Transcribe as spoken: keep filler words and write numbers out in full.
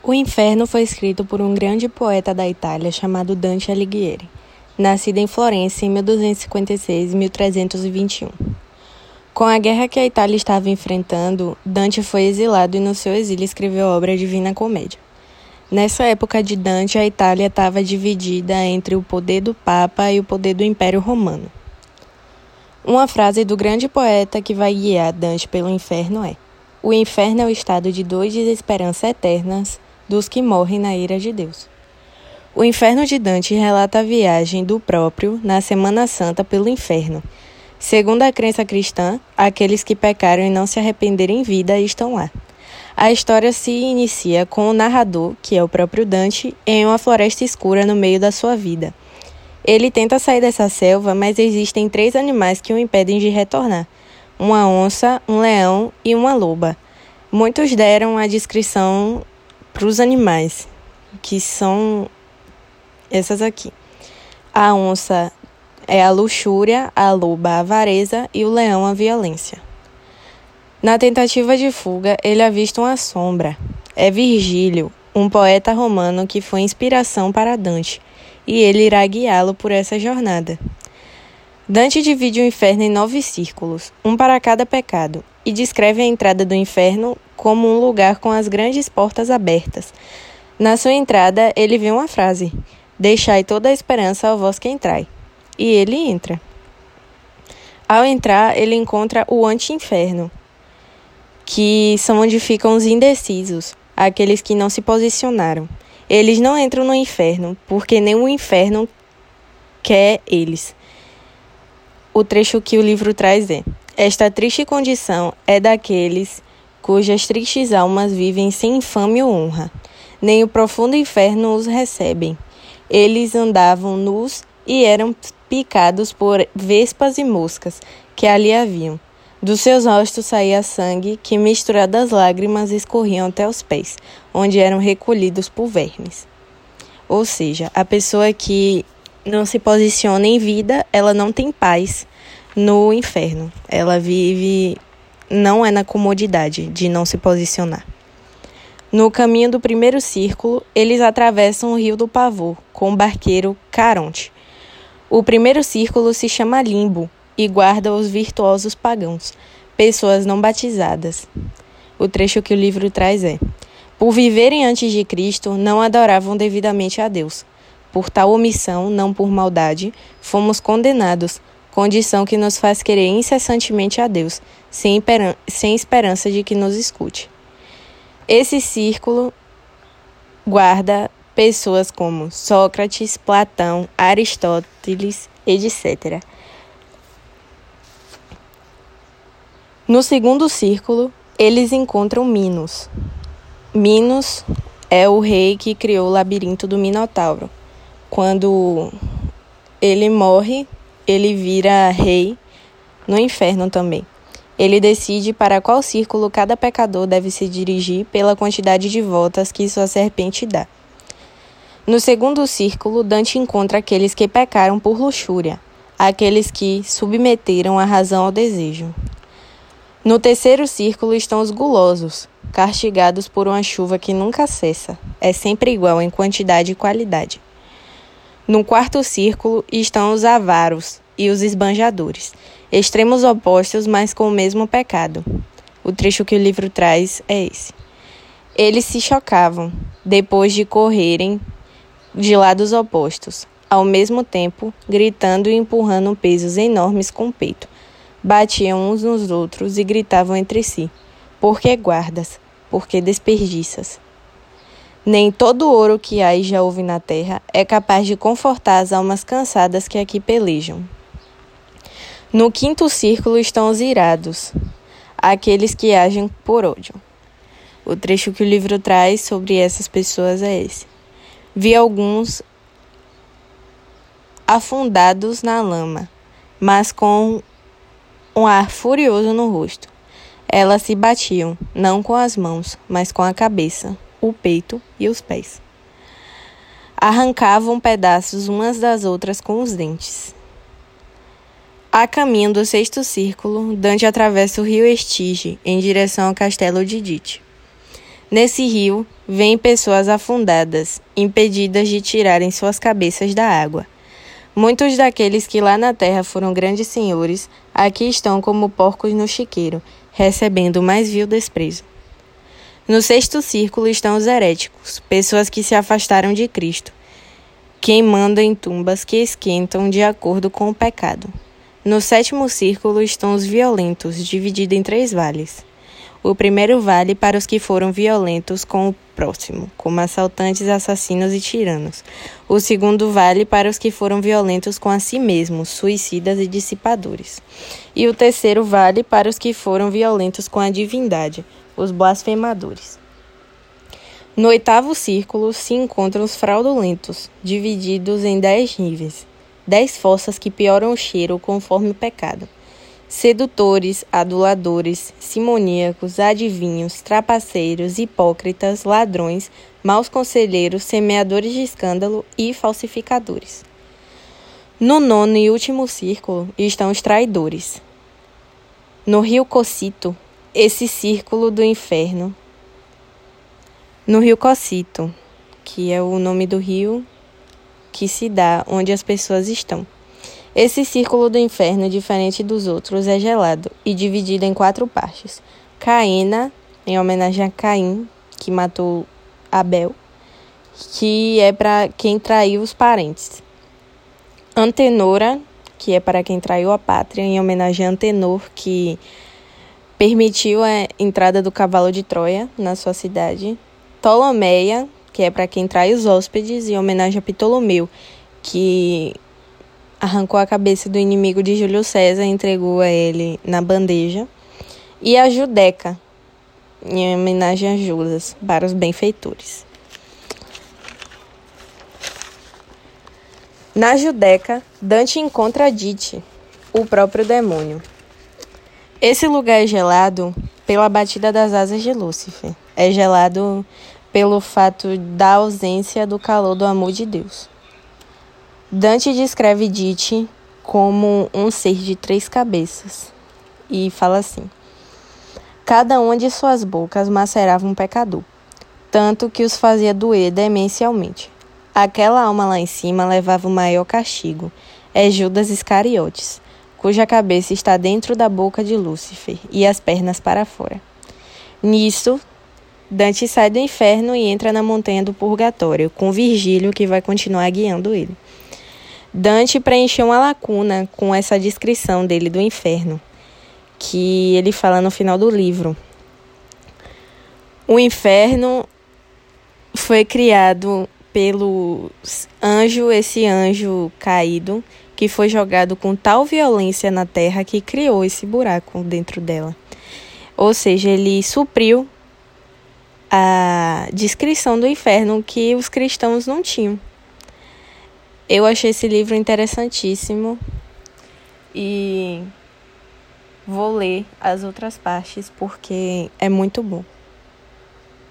O Inferno foi escrito por um grande poeta da Itália chamado Dante Alighieri, nascido em Florença em mil duzentos e cinquenta e seis e mil trezentos e vinte e um. Com a guerra que a Itália estava enfrentando, Dante foi exilado e no seu exílio escreveu a obra Divina Comédia. Nessa época de Dante, a Itália estava dividida entre o poder do Papa e o poder do Império Romano. Uma frase do grande poeta que vai guiar Dante pelo inferno é: o inferno é o estado de dor e desesperança eternas dos que morrem na ira de Deus. O Inferno de Dante relata a viagem do próprio na Semana Santa pelo inferno. Segundo a crença cristã, aqueles que pecaram e não se arrependeram em vida estão lá. A história se inicia com o narrador, que é o próprio Dante, em uma floresta escura no meio da sua vida. Ele tenta sair dessa selva, mas existem três animais que o impedem de retornar: uma onça, um leão e uma loba. Muitos deram a descrição para os animais, que são essas aqui. A onça é a luxúria, a loba a avareza e o leão a violência. Na tentativa de fuga, ele avista uma sombra. É Virgílio, um poeta romano que foi inspiração para Dante, e ele irá guiá-lo por essa jornada. Dante divide o inferno em nove círculos, um para cada pecado, e descreve a entrada do inferno como um lugar com as grandes portas abertas. Na sua entrada, ele vê uma frase: deixai toda a esperança ao vós que entrai. E ele entra. Ao entrar, ele encontra o anti-inferno, que são onde ficam os indecisos, aqueles que não se posicionaram. Eles não entram no inferno, porque nem o inferno quer eles. O trecho que o livro traz é: esta triste condição é daqueles cujas tristes almas vivem sem infâmia ou honra. Nem o profundo inferno os recebem. Eles andavam nus e eram picados por vespas e moscas que ali haviam. Dos seus rostos saía sangue que, misturado às lágrimas, escorriam até os pés, onde eram recolhidos por vermes. Ou seja, a pessoa que não se posiciona em vida, ela não tem paz no inferno. Ela vive, não é na comodidade de não se posicionar. No caminho do primeiro círculo, eles atravessam o rio do pavor, com o barqueiro Caronte. O primeiro círculo se chama Limbo e guarda os virtuosos pagãos, pessoas não batizadas. O trecho que o livro traz é: por viverem antes de Cristo, não adoravam devidamente a Deus. Por tal omissão, não por maldade, fomos condenados, condição que nos faz querer incessantemente a Deus, sem, sem esperança de que nos escute. Esse círculo guarda pessoas como Sócrates, Platão, Aristóteles, etcétera. No segundo círculo, eles encontram Minos. Minos é o rei que criou o labirinto do Minotauro. Quando ele morre, ele vira rei no inferno também. Ele decide para qual círculo cada pecador deve se dirigir pela quantidade de voltas que sua serpente dá. No segundo círculo, Dante encontra aqueles que pecaram por luxúria, aqueles que submeteram a razão ao desejo. No terceiro círculo estão os gulosos, castigados por uma chuva que nunca cessa, é sempre igual em quantidade e qualidade. No quarto círculo estão os avaros e os esbanjadores, extremos opostos, mas com o mesmo pecado. O trecho que o livro traz é esse. Eles se chocavam, depois de correrem de lados opostos, ao mesmo tempo, gritando e empurrando pesos enormes com o peito. Batiam uns nos outros e gritavam entre si: por que guardas? Por que desperdiças? Nem todo o ouro que há e já houve na terra é capaz de confortar as almas cansadas que aqui pelejam. No quinto círculo estão os irados, aqueles que agem por ódio. O trecho que o livro traz sobre essas pessoas é esse. Vi alguns afundados na lama, mas com um ar furioso no rosto. Elas se batiam, não com as mãos, mas com a cabeça, o peito e os pés. Arrancavam pedaços umas das outras com os dentes. A caminho do sexto círculo, Dante atravessa o rio Estige em direção ao castelo de Dite. Nesse rio, vêm pessoas afundadas, impedidas de tirarem suas cabeças da água. Muitos daqueles que lá na terra foram grandes senhores, aqui estão como porcos no chiqueiro, recebendo o mais vil desprezo. No sexto círculo estão os heréticos, pessoas que se afastaram de Cristo, queimando em tumbas que esquentam de acordo com o pecado. No sétimo círculo estão os violentos, dividido em três vales. O primeiro vale para os que foram violentos com o próximo, como assaltantes, assassinos e tiranos. O segundo vale para os que foram violentos com a si mesmos, suicidas e dissipadores. E o terceiro vale para os que foram violentos com a divindade, os blasfemadores. No oitavo círculo se encontram os fraudulentos, divididos em dez níveis, dez fossas que pioram o cheiro conforme o pecado. Sedutores, aduladores, simoníacos, adivinhos, trapaceiros, hipócritas, ladrões, maus conselheiros, semeadores de escândalo e falsificadores. No nono e último círculo estão os traidores. No rio Cocito, esse círculo do inferno. No rio Cocito, que é o nome do rio que se dá onde as pessoas estão. Esse círculo do inferno, diferente dos outros, é gelado e dividido em quatro partes. Caena, em homenagem a Caim, que matou Abel, que é para quem traiu os parentes. Antenora, que é para quem traiu a pátria, em homenagem a Antenor, que permitiu a entrada do cavalo de Troia na sua cidade. Ptolomeia, que é para quem trai os hóspedes, em homenagem a Ptolomeu, que arrancou a cabeça do inimigo de Júlio César e entregou a ele na bandeja. E a Judeca, em homenagem a Judas, para os benfeitores. Na Judeca, Dante encontra Dite, o próprio demônio. Esse lugar é gelado pela batida das asas de Lúcifer. É gelado pelo fato da ausência do calor do amor de Deus. Dante descreve Dite como um ser de três cabeças e fala assim: cada uma de suas bocas macerava um pecador, tanto que os fazia doer demencialmente. Aquela alma lá em cima levava o maior castigo, é Judas Iscariotes, cuja cabeça está dentro da boca de Lúcifer e as pernas para fora. Nisso, Dante sai do inferno e entra na montanha do purgatório, com Virgílio, que vai continuar guiando ele. Dante preencheu uma lacuna com essa descrição dele do inferno, que ele fala no final do livro. O inferno foi criado pelo anjo, esse anjo caído, que foi jogado com tal violência na terra que criou esse buraco dentro dela. Ou seja, ele supriu a descrição do inferno que os cristãos não tinham. Eu achei esse livro interessantíssimo e vou ler as outras partes porque é muito bom.